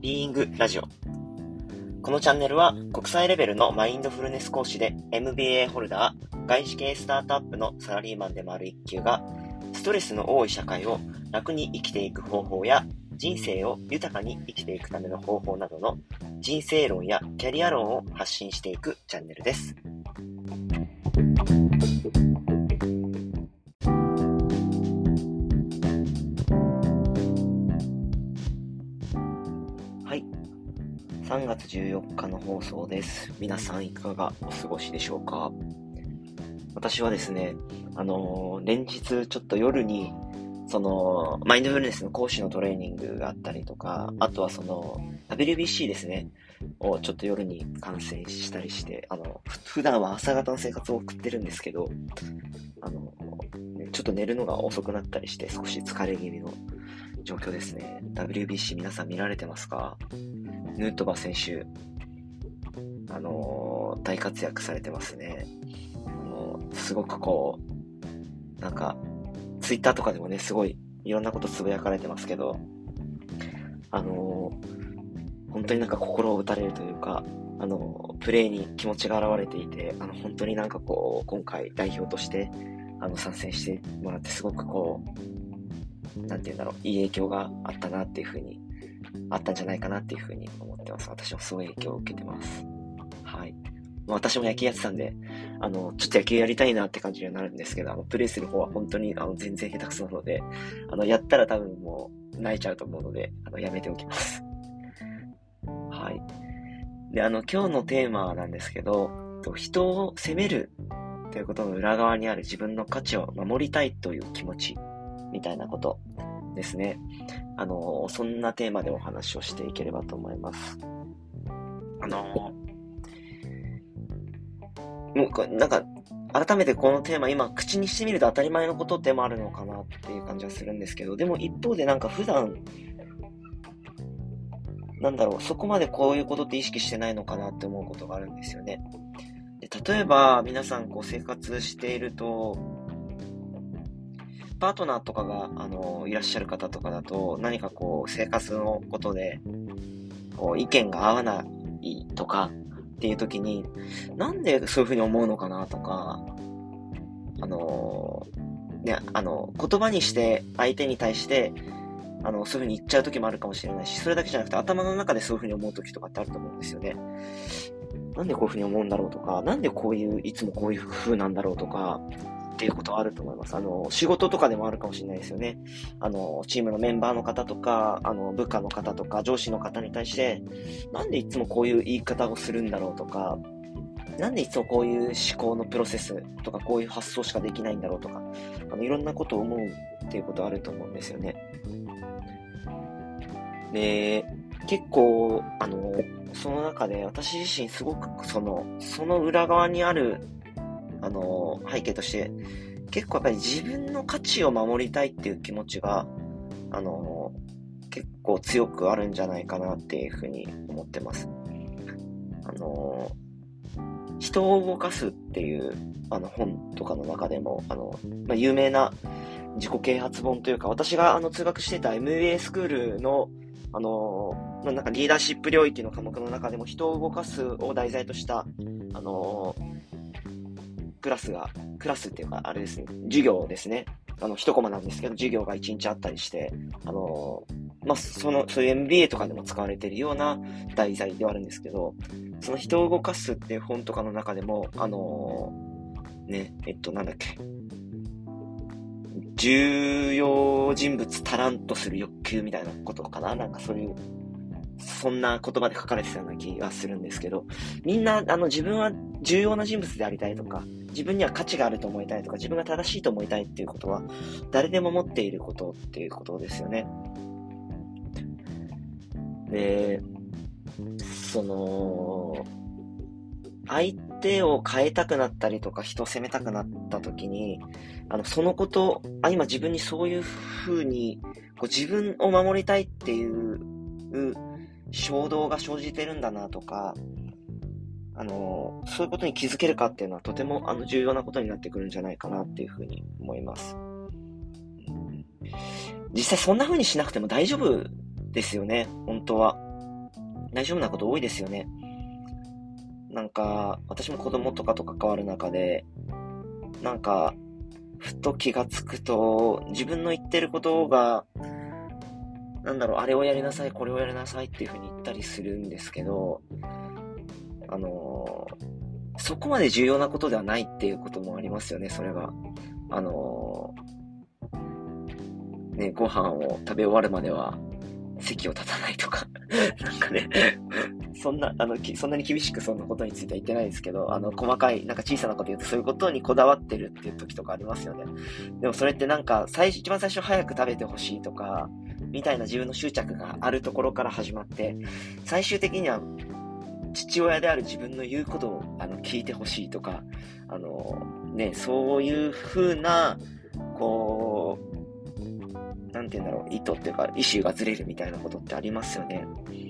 ビーイングラジオ。このチャンネルは国際レベルのマインドフルネス講師で MBA ホルダー、外資系スタートアップのサラリーマンでもある一級が、ストレスの多い社会を楽に生きていく方法や人生を豊かに生きていくための方法などの人生論やキャリア論を発信していくチャンネルです。はい。3月14日の放送です。皆さんいかがお過ごしでしょうか？私はですね、連日ちょっと夜に、マインドフルネスの講師のトレーニングがあったりとか、あとはWBC ですね、をちょっと夜に観戦したりして、普段は朝方の生活を送ってるんですけど、ちょっと寝るのが遅くなったりして、少し疲れ気味の状況ですね。WBC 皆さん見られてますか？ヌートバー選手、大活躍されてますね。すごくツイッターとかでもね、すごいいろんなことつぶやかれてますけど、本当に心を打たれるというか、プレーに気持ちが現れていて、本当に今回代表として、参戦してもらって、すごくいい影響があったなっていうふうに、あったんじゃないかなっていうふうに思ってます。私もすごい影響を受けてます。はい。私も野球やってたんで、ちょっと野球やりたいなって感じにはなるんですけど、プレイする方は本当に全然下手くそなので、やったら多分もう泣いちゃうと思うので、やめておきます。はい。で、今日のテーマなんですけど、人を責めるということの裏側にある自分の価値を守りたいという気持ちみたいなことですね。そんなテーマでお話をしていければと思います。もう改めてこのテーマ今口にしてみると当たり前のことでもあるのかなっていう感じはするんですけど、でも一方で普段そこまでこういうことって意識してないのかなって思うことがあるんですよね。で、例えば皆さん生活していると、パートナーとかがいらっしゃる方とかだと、何か生活のことで意見が合わないとかっていう時に、なんでそういうふうに思うのかなとか、言葉にして相手に対してそういう風に言っちゃう時もあるかもしれないし、それだけじゃなくて頭の中でそういう風に思う時とかってあると思うんですよね。なんでこういう風に思うんだろうとか、なんでいつもこういう風なんだろうとか、っていうことはあると思います。仕事とかでもあるかもしれないですよね。チームのメンバーの方とか、部下の方とか、上司の方に対して、なんでいつもこういう言い方をするんだろうとか、なんでいつもこういう思考のプロセスとか、こういう発想しかできないんだろうとか、いろんなことを思うっていうことあると思うんですよね。で、結構、その中で私自身すごくその裏側にある、背景として、結構やっぱり自分の価値を守りたいっていう気持ちが、結構強くあるんじゃないかなっていうふうに思ってます。人を動かすっていう本とかの中でも有名な自己啓発本というか、私が通学していた MBA スクールのリーダーシップ領域の科目の中でも人を動かすを題材としたクラスっていうかあれですね、授業ですね。一コマなんですけど授業が1日あったりして、そういう MBA とかでも使われているような題材ではあるんですけど、その人を動かすっていう本とかの中でも重要人物足らんとする欲求みたいなことかな、そんな言葉で書かれてたような気がするんですけど、みんな自分は重要な人物でありたいとか、自分には価値があると思いたいとか、自分が正しいと思いたいっていうことは誰でも持っていることっていうことですよね。で、相手を変えたくなったりとか、人を責めたくなった時に、そのこと、今自分にそういう風に自分を守りたいっていう衝動が生じてるんだなとか、そういうことに気づけるかっていうのはとても重要なことになってくるんじゃないかなっていうふうに思います。実際そんな風にしなくても大丈夫ですよね、本当は。 大丈夫なこと多いですよね。なんか、私も子供とかと関わる中で、なんか、ふと気がつくと、自分の言ってることが、あれをやりなさい、これをやりなさいっていう風に言ったりするんですけど、そこまで重要なことではないっていうこともありますよね、それが。ご飯を食べ終わるまでは席を立たないとか、なんかね、そんなに厳しくそんなことについては言ってないですけど、細かい、なんか小さなこと言うとそういうことにこだわってるっていう時とかありますよね。でもそれってなんか、一番最初早く食べてほしいとか、みたいな自分の執着があるところから始まって、最終的には、父親である自分の言うことを聞いてほしいとか、そういう風な、こう、なんて言うんだろう、意図っていうか、意思がずれるみたいなことってありますよね。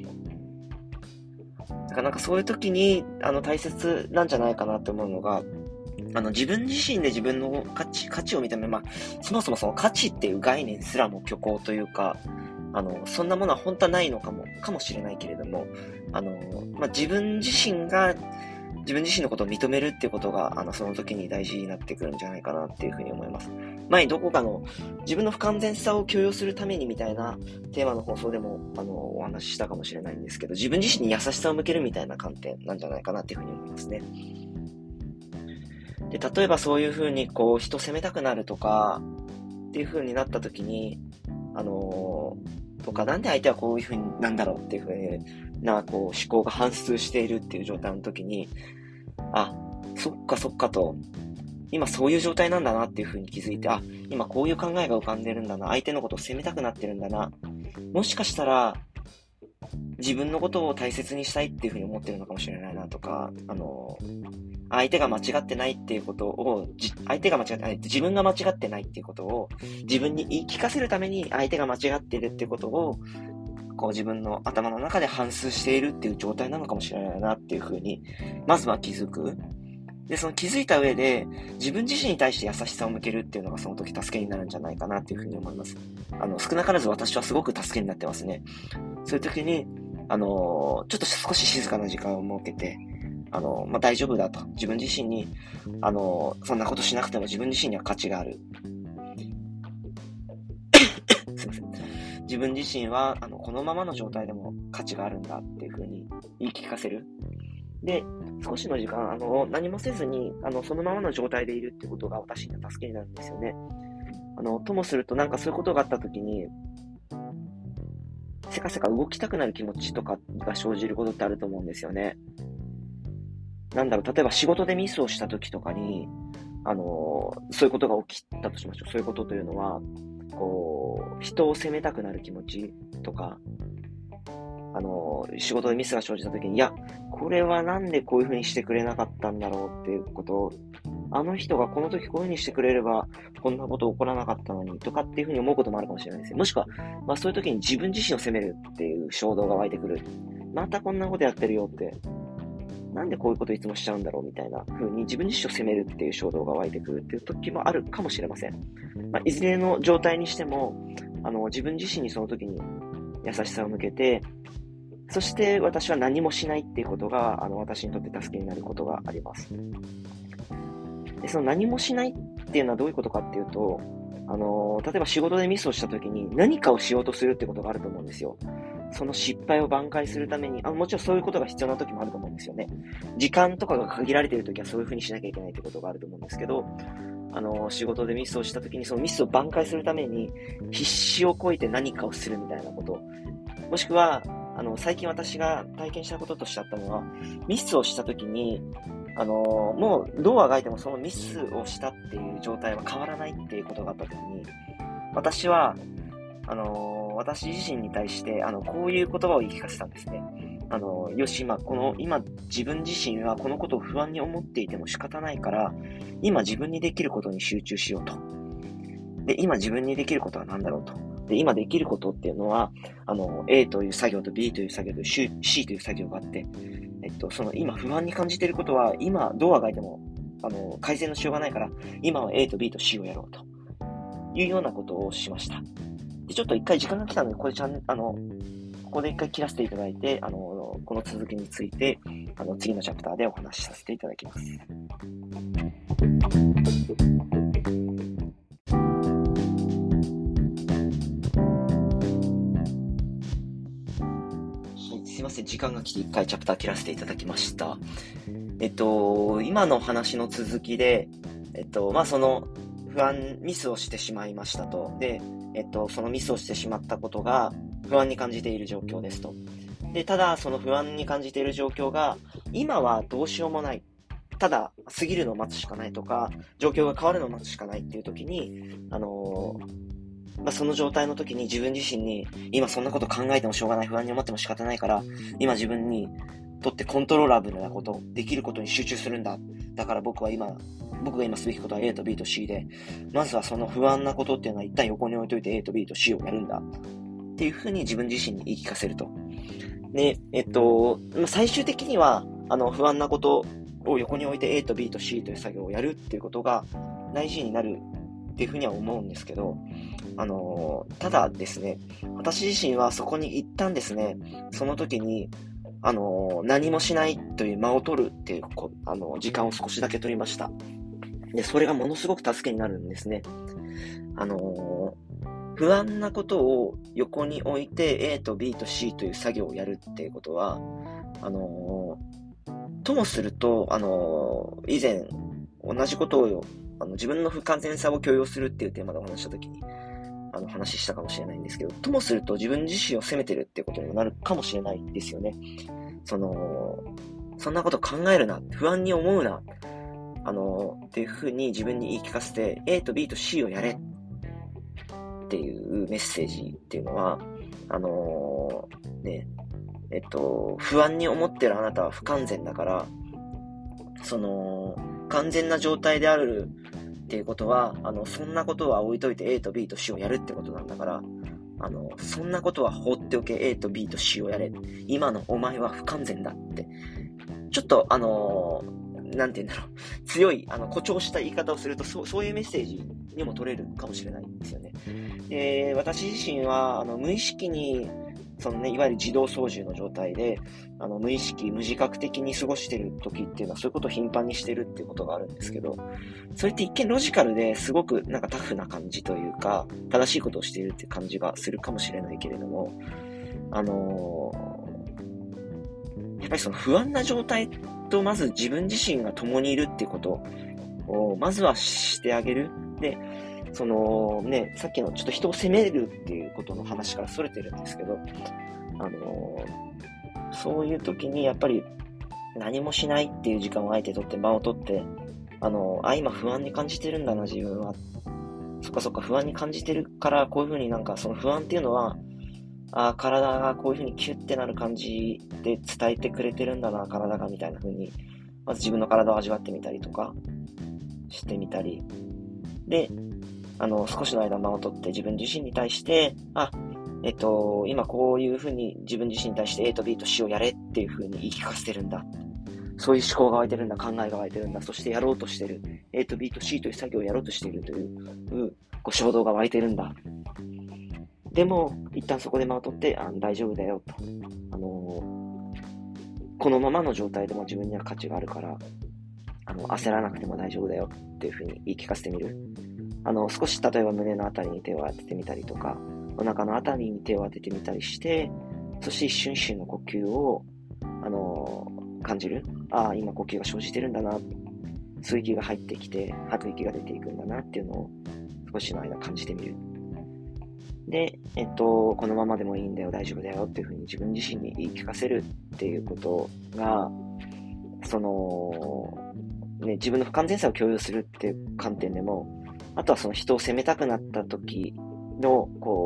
だからなんかそういう時に、大切なんじゃないかなって思うのが、自分自身で自分の価値を認め、そもそもその価値っていう概念すらも虚構というか、そんなものは本当はないのかもしれないけれども、自分自身が自分自身のことを認めるっていうことが、その時に大事になってくるんじゃないかなっていうふうに思います。前にどこかの自分の不完全さを許容するためにみたいなテーマの放送でも、お話ししたかもしれないんですけど、自分自身に優しさを向けるみたいな観点なんじゃないかなっていうふうに思いますね。で、例えばそういうふうに、人を責めたくなるとか、っていうふうになった時に、とか、なんで相手はこういうふうになんだろうっていうふうな、思考が反芻しているっていう状態の時に、そっかと、今そういう状態なんだなっていうふうに気づいて、今こういう考えが浮かんでるんだな、相手のことを責めたくなってるんだな、もしかしたら、自分のことを大切にしたいっていうふうに思ってるのかもしれないなとか、相手が間違ってないっていうことを、相手が間違ってない、自分が間違ってないっていうことを、自分に言い聞かせるために相手が間違っているっていうことを、自分の頭の中で反芻しているっていう状態なのかもしれないなっていうふうに、まずは気づく。で、その気づいた上で、自分自身に対して優しさを向けるっていうのがその時助けになるんじゃないかなっていうふうに思います。少なからず私はすごく助けになってますね。そういう時に、ちょっと少し静かな時間を設けて、大丈夫だと。自分自身に、そんなことしなくても自分自身には価値がある。すいません。自分自身は、このままの状態でも価値があるんだっていう風に言い聞かせる。で、少しの時間、何もせずに、そのままの状態でいるってことが私には助けになるんですよね。ともするとなんかそういうことがあった時に、せかせか動きたくなる気持ちとかが生じることってあると思うんですよね。例えば仕事でミスをした時とかに、そういうことが起きたとしましょう。そういうことというのは、人を責めたくなる気持ちとか、仕事でミスが生じた時に、いや、これはなんでこういう風にしてくれなかったんだろうっていうことを、あの人がこの時こういう風にしてくれれば、こんなこと起こらなかったのに、とかっていう風に思うこともあるかもしれないですね。もしくは、そういう時に自分自身を責めるっていう衝動が湧いてくる。またこんなことやってるよって、なんでこういうこといつもしちゃうんだろうみたいな風に自分自身を責めるっていう衝動が湧いてくるっていう時もあるかもしれません。いずれの状態にしても、自分自身にその時に優しさを向けて、そして私は何もしないっていうことが、私にとって助けになることがあります。で、その何もしないっていうのはどういうことかっていうと、例えば仕事でミスをした時に何かをしようとするってことがあると思うんですよ。その失敗を挽回するために、もちろんそういうことが必要な時もあると思うんですよね。時間とかが限られている時はそういう風にしなきゃいけないってことがあると思うんですけど、仕事でミスをした時にそのミスを挽回するために必死をこいて何かをするみたいなこと。もしくは、最近私が体験したこととしてあったのは、ミスをした時に、もうどうあがいてもそのミスをしたっていう状態は変わらないっていうことがあった時に、私は、私自身に対して、こういう言葉を言い聞かせたんですね。よし、今自分自身はこのことを不安に思っていても仕方ないから、今自分にできることに集中しようと。で、今自分にできることは何だろうと。で、今できることっていうのは、A という作業と B という作業と C という作業があって、その今不安に感じていることは、今どうあがいても、改善のしようがないから、今は A と B と C をやろうというようなことをしました。で、ちょっと一回時間が来たので、ここで一回切らせていただいて、 この続きについて、次のチャプターでお話しさせていただきます。すいません、時間が来て1回チャプター切らせていただきました。今の話の続きで、そのミスをしてしまいましたと。で、そのミスをしてしまったことが不安に感じている状況ですと。で、ただ、その不安に感じている状況が、今はどうしようもない。ただ、過ぎるのを待つしかないとか、状況が変わるのを待つしかないっていう時に、その状態の時に自分自身に、今そんなこと考えてもしょうがない、不安に思っても仕方ないから、今自分にとってコントローラブルなこと、できることに集中するんだ。だから僕が今すべきことは A と B と C で、まずはその不安なことっていうのは一旦横に置いといて A と B と C をやるんだ。っていうふうに自分自身に言い聞かせると。で、最終的には、不安なことを横に置いて A と B と C という作業をやるっていうことが大事になるっていうふうには思うんですけど、ただですね、私自身はそこに一旦ですね、その時に、何もしないという間を取るっていう、時間を少しだけ取りました。で、それがものすごく助けになるんですね。不安なことを横に置いて A と B と C という作業をやるっていうことは、ともすると、以前、同じことを、自分の不完全さを許容するっていうテーマでお話したときに、話したかもしれないんですけど、ともすると自分自身を責めてるってことにもなるかもしれないですよね。そんなこと考えるな、不安に思うな、っていうふうに自分に言い聞かせて、A と B と C をやれっていうメッセージっていうのは、不安に思ってるあなたは不完全だから、完全な状態であるっていうことは、そんなことは置いといて A と B と C をやるってことなんだから、そんなことは放っておけ A と B と C をやれ。今のお前は不完全だって。ちょっと、なんて言うんだろう。強い、誇張した言い方をすると、そういうメッセージにも取れるかもしれないんですよね。私自身は、無意識に、いわゆる自動操縦の状態で、無意識、無自覚的に過ごしてる時っていうのは、そういうことを頻繁にしてるっていうことがあるんですけど、それって一見ロジカルですごくなんかタフな感じというか、正しいことをしているっていう感じがするかもしれないけれども、やっぱりその不安な状態とまず自分自身が共にいるっていうことを、まずはしてあげる。で、さっきのちょっと人を責めるっていうことの話から逸れてるんですけど、そういう時にやっぱり何もしないっていう時間をあえて取って間を取って、今不安に感じてるんだな、自分は。そっか不安に感じてるから、こういう風になんかその不安っていうのは、体がこういう風にキュッてなる感じで伝えてくれてるんだな、体がみたいな風に、まず自分の体を味わってみたりとか、してみたり。で、少しの間間を取って自分自身に対して、今こういう風に自分自身に対して A と B と C をやれっていう風に言い聞かせてるんだ。そういう思考が湧いてるんだ、考えが湧いてるんだ、そしてやろうとしてる。A と B と C という作業をやろうとしているという、衝動が湧いてるんだ。でも、一旦そこで間を取って、大丈夫だよと。このままの状態でも自分には価値があるから、焦らなくても大丈夫だよっていうふうに言い聞かせてみる。少し例えば胸のあたりに手を当ててみたりとか、お腹のあたりに手を当ててみたりして、そして一瞬一瞬の呼吸を、感じる。今呼吸が生じてるんだな。吸う息が入ってきて、吐く息が出ていくんだなっていうのを少しの間感じてみる。で、このままでもいいんだよ、大丈夫だよっていうふうに自分自身に言い聞かせるっていうことが、自分の不完全さを共有するっていう観点でも、あとはその人を責めたくなった時の、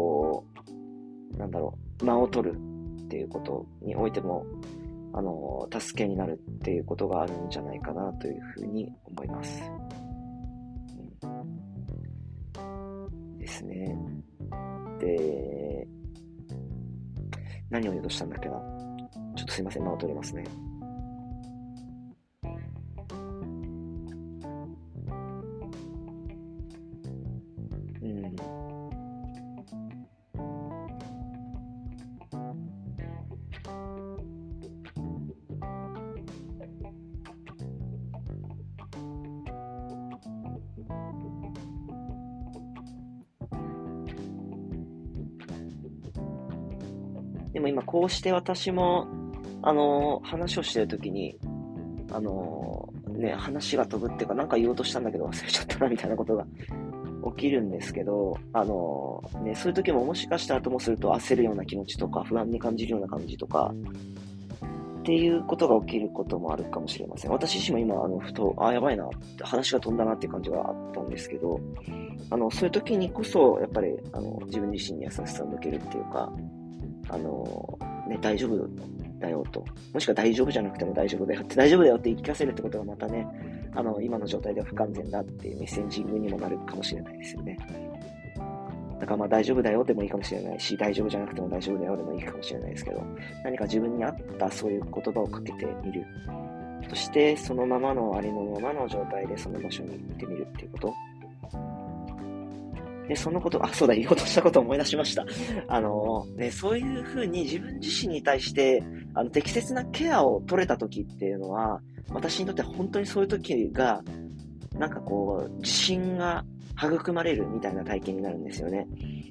間を取るっていうことにおいても、助けになるっていうことがあるんじゃないかなというふうに思います。ですね。で、何を言おうとしたんだっけな。ちょっとすいません、間を取りますね。 でも今こうして私も、話をしてるときに、話が飛ぶっていうか、なんか言おうとしたんだけど忘れちゃったなみたいなことが起きるんですけど、そういう時ももしかしたらともすると焦るような気持ちとか、不安に感じるような感じとか、っていうことが起きることもあるかもしれません。私自身も今、ふと、やばいな、話が飛んだなっていう感じがあったんですけど、そういう時にこそ、やっぱり、自分自身に優しさを向けるっていうか、大丈夫だよと。もしくは大丈夫じゃなくても大丈夫だよって、大丈夫だよって言い聞かせるってことがまたね、今の状態では不完全だっていうメッセージングにもなるかもしれないですよね。だから大丈夫だよでもいいかもしれないし、大丈夫じゃなくても大丈夫だよでもいいかもしれないですけど、何か自分に合ったそういう言葉をかけてみる。そしてそのままのありのままの状態でその場所に行ってみるっていうこと。で、そのこと、そうだ、言おうとしたことを思い出しました。そういうふうに自分自身に対して、適切なケアを取れた時っていうのは、私にとって本当にそういう時が、なんかこう、自信が育まれるみたいな体験になるんですよね。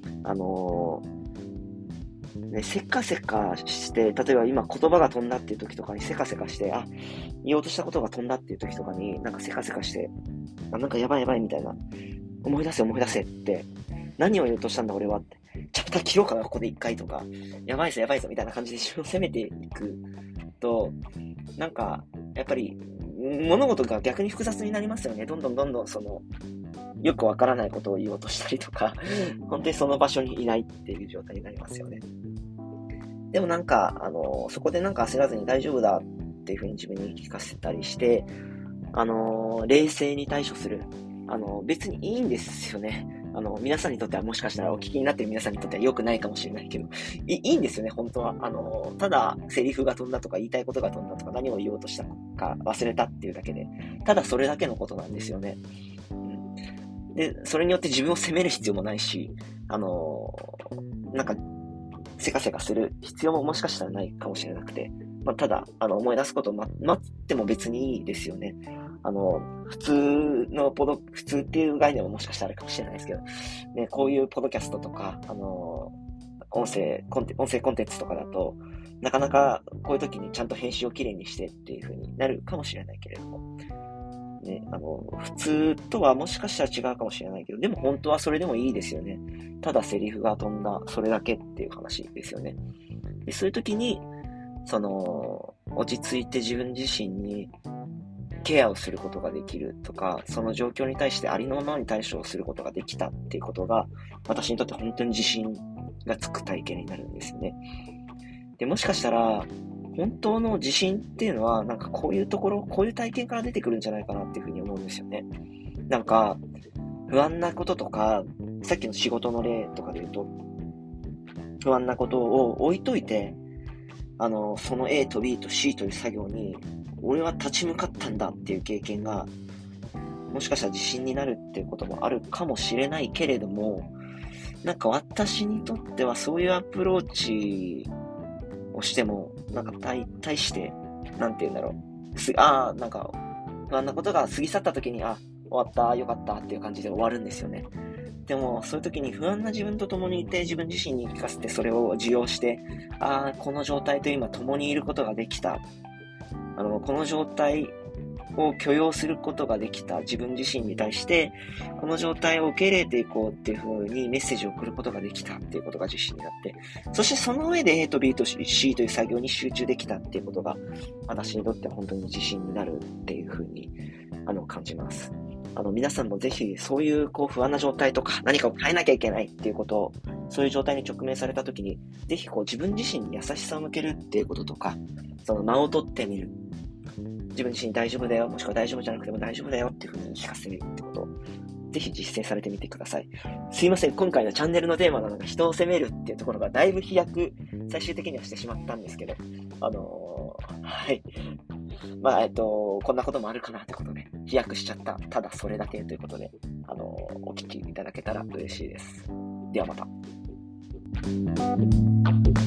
せっかせかして、例えば今言葉が飛んだっていう時とかにせかせかして、言おうとしたことが飛んだっていう時とかに、なんかせかせかして、なんかやばいやばいみたいな。思い出せって、何を言おうとしたんだ俺はって、チャプター切ろうかな、ここで一回とか、やばいぞみたいな感じで自分を責めていくと、なんか、やっぱり、物事が逆に複雑になりますよね。どんどんよくわからないことを言おうとしたりとか、本当にその場所にいないっていう状態になりますよね。でもなんか、そこでなんか焦らずに大丈夫だっていうふうに自分に言い聞かせたりして、冷静に対処する。別にいいんですよね。皆さんにとってはもしかしたらお聞きになっている皆さんにとっては良くないかもしれないけど、いいんですよね、本当は。ただ、セリフが飛んだとか言いたいことが飛んだとか何を言おうとしたか忘れたっていうだけで、ただそれだけのことなんですよね。で、それによって自分を責める必要もないし、なんか、せかせかする必要ももしかしたらないかもしれなくて、ただ、思い出すことを待っても別にいいですよね。普通っていう概念ももしかしたらあるかもしれないですけど、ね、こういうポッドキャストとか、音声コンテンツとかだと、なかなかこういう時にちゃんと編集をきれいにしてっていう風になるかもしれないけれども、ね、普通とはもしかしたら違うかもしれないけど、でも本当はそれでもいいですよね。ただセリフが飛んだ、それだけっていう話ですよね。で、そういう時に、落ち着いて自分自身にケアをすることができるとか、その状況に対してありのままに対処をすることができたっていうことが、私にとって本当に自信がつく体験になるんですよね。で、もしかしたら、本当の自信っていうのは、なんかこういう体験から出てくるんじゃないかなっていうふうに思うんですよね。なんか、不安なこととか、さっきの仕事の例とかで言うと、不安なことを置いといて、その A と B と C という作業に、俺は立ち向かったんだっていう経験が、もしかしたら自信になるっていうこともあるかもしれないけれども、なんか私にとってはそういうアプローチをしても、なんか対して、なんて言うんだろう。なんか、不安なことが過ぎ去った時に、終わった、よかったっていう感じで終わるんですよね。でも、そういう時に不安な自分と共にいて、自分自身に聞かせてそれを受容して、この状態と今共にいることができた。この状態を許容することができた自分自身に対して、この状態を受け入れていこうっていう風にメッセージを送ることができたっていうことが自信になって、そしてその上で A と B と C という作業に集中できたっていうことが、私にとっては本当に自信になるっていう風に、感じます。皆さんもぜひそういう不安な状態とか何かを変えなきゃいけないっていうことを、そういう状態に直面された時に、ぜひ自分自身に優しさを向けるっていうこととか、その間を取ってみる。自分自身大丈夫だよ、もしくは大丈夫じゃなくても大丈夫だよっていうふうに聞かせるってことを、ぜひ実践されてみてください。すいません、今回のチャンネルのテーマなのが人を責めるっていうところがだいぶ飛躍、最終的にはしてしまったんですけど、はい。こんなこともあるかなってことで、飛躍しちゃった。ただそれだけということで、お聞きいただけたら嬉しいです。ではまた。